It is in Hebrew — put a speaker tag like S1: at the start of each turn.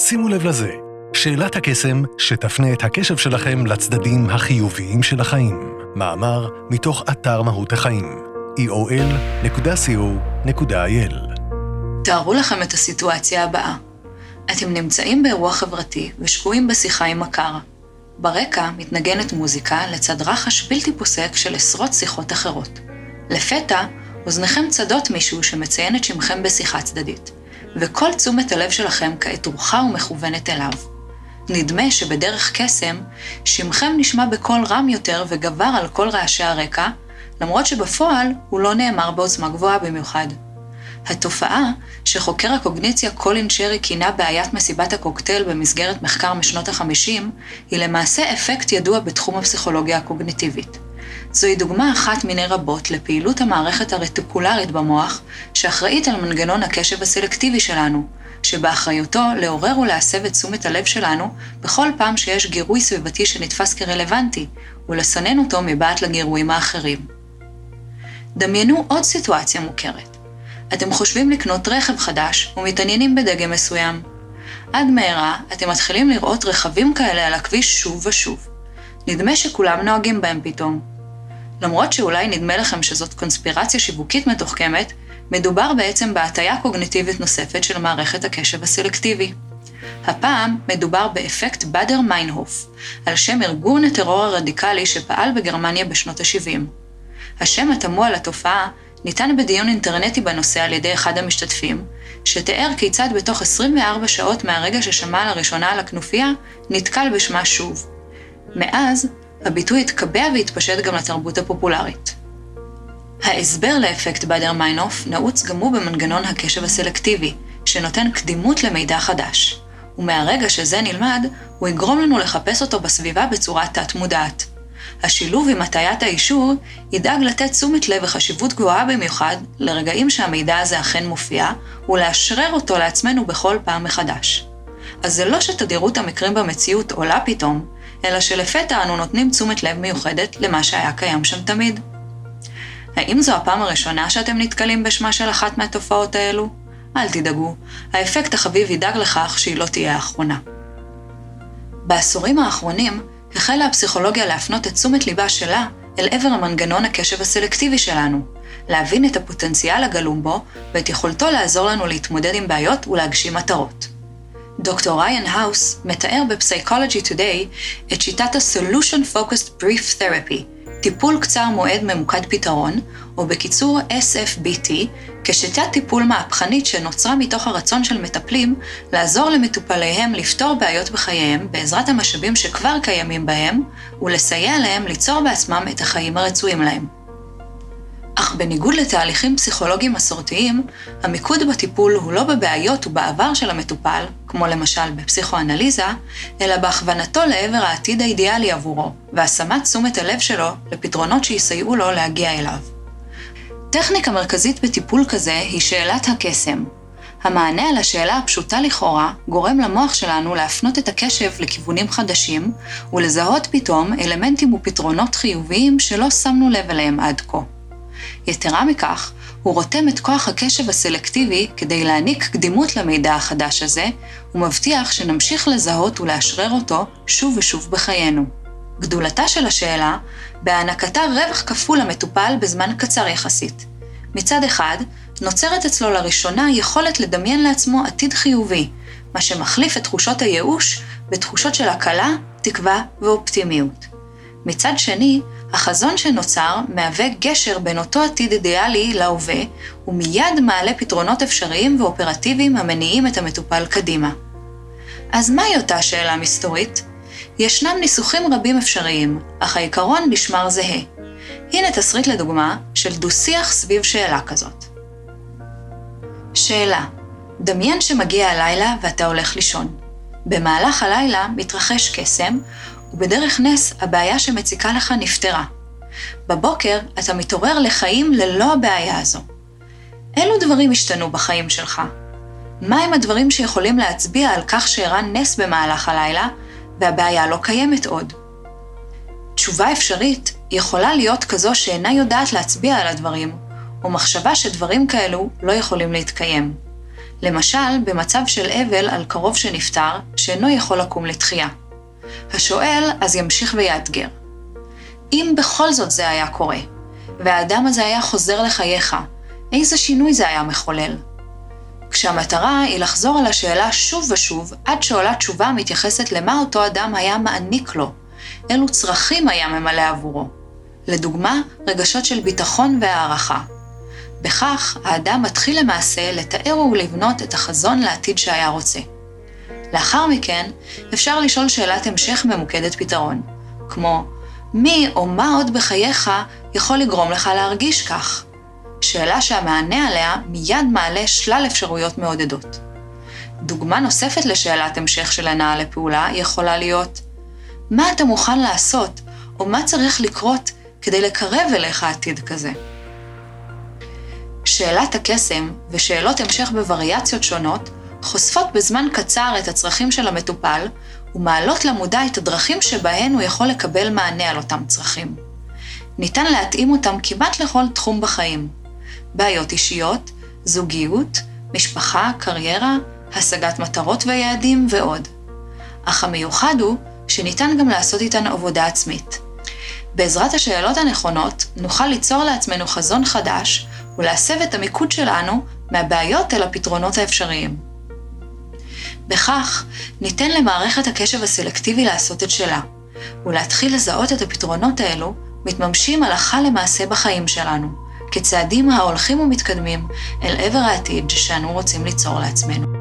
S1: שימו לב לזה, שאלת הקסם שתפנה את הקשב שלכם לצדדים החיוביים של החיים. מאמר מתוך אתר מהות החיים, eol.co.il.
S2: תארו לכם את הסיטואציה הבאה. אתם נמצאים באירוע חברתי ושקועים בשיחה עם מכר. ברקע מתנגנת מוזיקה לצד רחש בלתי פוסק של עשרות שיחות אחרות. לפתע, אוזניכם צדות מישהו שמציין את שמכם בשיחה צדדית, וכל תשומת הלב שלכם כעת רוחה ומכוונת אליו. נדמה שבדרך קסם, שמכם נשמע בקול רם יותר וגבר על כל רעשי הרקע, למרות שבפועל הוא לא נאמר בעוצמה גבוהה במיוחד. התופעה שחוקר הקוגניציה קולין שרי כינה בעיית מסיבת הקוקטייל במסגרת מחקר משנות ה-50, היא למעשה אפקט ידוע בתחום הפסיכולוגיה הקוגניטיבית. זוהי דוגמה אחת מיני רבות לפעילות המערכת הרטיקולרית במוח, שאחראית על מנגנון הקשב הסלקטיבי שלנו, שבאחריותו לעורר ולהסב את תשומת הלב שלנו בכל פעם שיש גירוי סביבתי שנתפס כרלוונטי, ולסנן אותו מבעט לגירויים האחרים. דמיינו עוד סיטואציה מוכרת. אתם חושבים לקנות רכב חדש ומתעניינים בדגם מסוים. עד מהרה אתם מתחילים לראות רכבים כאלה על הכביש שוב ושוב. נדמה שכולם נוהגים בהם פתאום. למרות שאולי נדמה לכם שזאת קונספירציה שיווקית מתוחכמת, מדובר בעצם בהטיה קוגניטיבית נוספת של מערכת הקשב הסלקטיבי. הפעם מדובר באפקט באדר-מיינהוף, על שם ארגון הטרור הרדיקלי שפעל בגרמניה בשנות ה-70. השם התמוה לתופעה ניתן בדיון אינטרנטי בנושא על ידי אחד המשתתפים, שתיאר כיצד בתוך 24 שעות מהרגע ששמע לראשונה על הכנופיה, נתקל בשמה שוב. מאז, הביטוי התקבע והתפשט גם לתרבות הפופולרית. ההסבר לאפקט באדר-מיינהוף נעוץ גם הוא במנגנון הקשב הסלקטיבי, שנותן קדימות למידע חדש. ומהרגע שזה נלמד, הוא יגרום לנו לחפש אותו בסביבה בצורה תת-מודעת. השילוב עם הטיית האישור ידאג לתת תשומת לב וחשיבות גבוהה במיוחד לרגעים שהמידע הזה אכן מופיע, ולאשרר אותו לעצמנו בכל פעם מחדש. אז זה לא שתדירות המקרים במציאות עולה פתאום, אלא שלפתע אנו נותנים תשומת לב מיוחדת למה שהיה קיים שם תמיד. האם זו הפעם הראשונה שאתם נתקלים בשמה של אחת מהתופעות האלו? אל תדאגו, האפקט החביב ידאג לכך שהיא לא תהיה האחרונה. בעשורים האחרונים החלה הפסיכולוגיה להפנות את תשומת ליבה שלה אל עבר המנגנון הקשב הסלקטיבי שלנו, להבין את הפוטנציאל הגלום בו ואת יכולתו לעזור לנו להתמודד עם בעיות ולהגשים מטרות. דוקטור ריין האוס מתאר בפסיכולוגי טודיי את שיטת ה-Solution Focused Brief Therapy, טיפול קצר מועד ממוקד פתרון, או בקיצור SFBT, כשיטת טיפול מהפכנית שנוצרה מתוך הרצון של מטפלים לעזור למטופליהם לפתור בעיות בחייהם בעזרת המשאבים שכבר קיימים בהם, ולסייע להם ליצור בעצמם את החיים הרצויים להם. אך בניגוד לתהליכים פסיכולוגיים מסורתיים, המיקוד בטיפול הוא לא בבעיות ובעבר של המטופל, כמו למשל בפסיכואנליזה, אלא בהכוונתו לעבר העתיד האידיאלי עבורו, והשמת תשומת הלב שלו לפתרונות שיסייעו לו להגיע אליו. טכניקה מרכזית בטיפול כזה היא שאלת הקסם. המענה על השאלה הפשוטה לכאורה גורם למוח שלנו להפנות את הקשב לכיוונים חדשים, ולזהות פתאום אלמנטים ופתרונות חיוביים שלא שמנו לב אליהם עד כה. יתרה מכך, הוא רותם את כוח הקשב הסלקטיבי כדי להעניק קדימות למידע החדש הזה, ומבטיח שנמשיך לזהות ולאשרר אותו שוב ושוב בחיינו. גדולתה של השאלה, בהענקתה רווח כפול למטופל בזמן קצר יחסית. מצד אחד, נוצרת אצלו לראשונה יכולת לדמיין לעצמו עתיד חיובי, מה שמחליף את תחושות הייאוש בתחושות של הקלה, תקווה ואופטימיות. מצד שני, החזון שנוצר מהווה גשר בין אותו עתיד אידיאלי להווה, ומיד מעלה פתרונות אפשריים ואופרטיביים המניעים את המטופל קדימה. אז מהי אותה שאלה מסתורית? ישנם ניסוחים רבים אפשריים, אך העיקרון נשמר זהה. הנה תסריט לדוגמה של דו-שיח סביב שאלה כזאת. שאלה: דמיין שמגיע הלילה ואתה הולך לישון. במהלך הלילה מתרחש קסם, ובדרך נס הבעיה שמציקה לך נפתרה. בבוקר אתה מתעורר לחיים ללא הבעיה הזו. אילו דברים השתנו בחיים שלך? מהם הדברים שיכולים להצביע על כך שאירע נס במהלך הלילה, והבעיה לא קיימת עוד? תשובה אפשרית יכולה להיות כזו שאינה יודעת להצביע על הדברים, או מחשבה שדברים כאלו לא יכולים להתקיים. למשל, במצב של אבל על קרוב שנפטר, שאינו יכול לקום לתחייה. השואל אז ימשיך ויאתגר. אם בכל זאת זה היה קורה, והאדם הזה היה חוזר לחייך, איזה שינוי זה היה מחולל? כשהמטרה היא לחזור על השאלה שוב ושוב, עד שעולה תשובה מתייחסת למה אותו אדם היה מעניק לו, אילו צרכים היה ממלא עבורו. לדוגמה, רגשות של ביטחון והערכה. בכך, האדם מתחיל למעשה לתאר ולבנות את החזון לעתיד שהיה רוצה. לאחר מכן, אפשר לשאול שאלת המשך ממוקדת פתרון, כמו, מי או מה עוד בחייך יכול לגרום לך להרגיש כך? שאלה שהמענה עליה מיד מעלה שלל אפשרויות מעודדות. דוגמה נוספת לשאלת המשך של הנעה לפעולה יכולה להיות, מה אתה מוכן לעשות, או מה צריך לקרות כדי לקרב אליך עתיד כזה? שאלת הקסם ושאלות המשך בווריאציות שונות חושפות בזמן קצר את הצרכים של המטופל ומעלות למודע את הדרכים שבהן הוא יכול לקבל מענה על אותם צרכים. ניתן להתאים אותם כמעט לכל תחום בחיים. בעיות אישיות, זוגיות, משפחה, קריירה, השגת מטרות ויעדים ועוד. אך המיוחד הוא שניתן גם לעשות איתן עבודה עצמית. בעזרת השאלות הנכונות נוכל ליצור לעצמנו חזון חדש ולהסב את המיקוד שלנו מהבעיות אל הפתרונות האפשריים. בכך ניתן למערכת הקשב הסלקטיבי לעשות את שלה, ולהתחיל לזהות את הפתרונות האלו מתממשים הלכה למעשה בחיים שלנו, כצעדים ההולכים ומתקדמים אל עבר העתיד שאנו רוצים ליצור לעצמנו.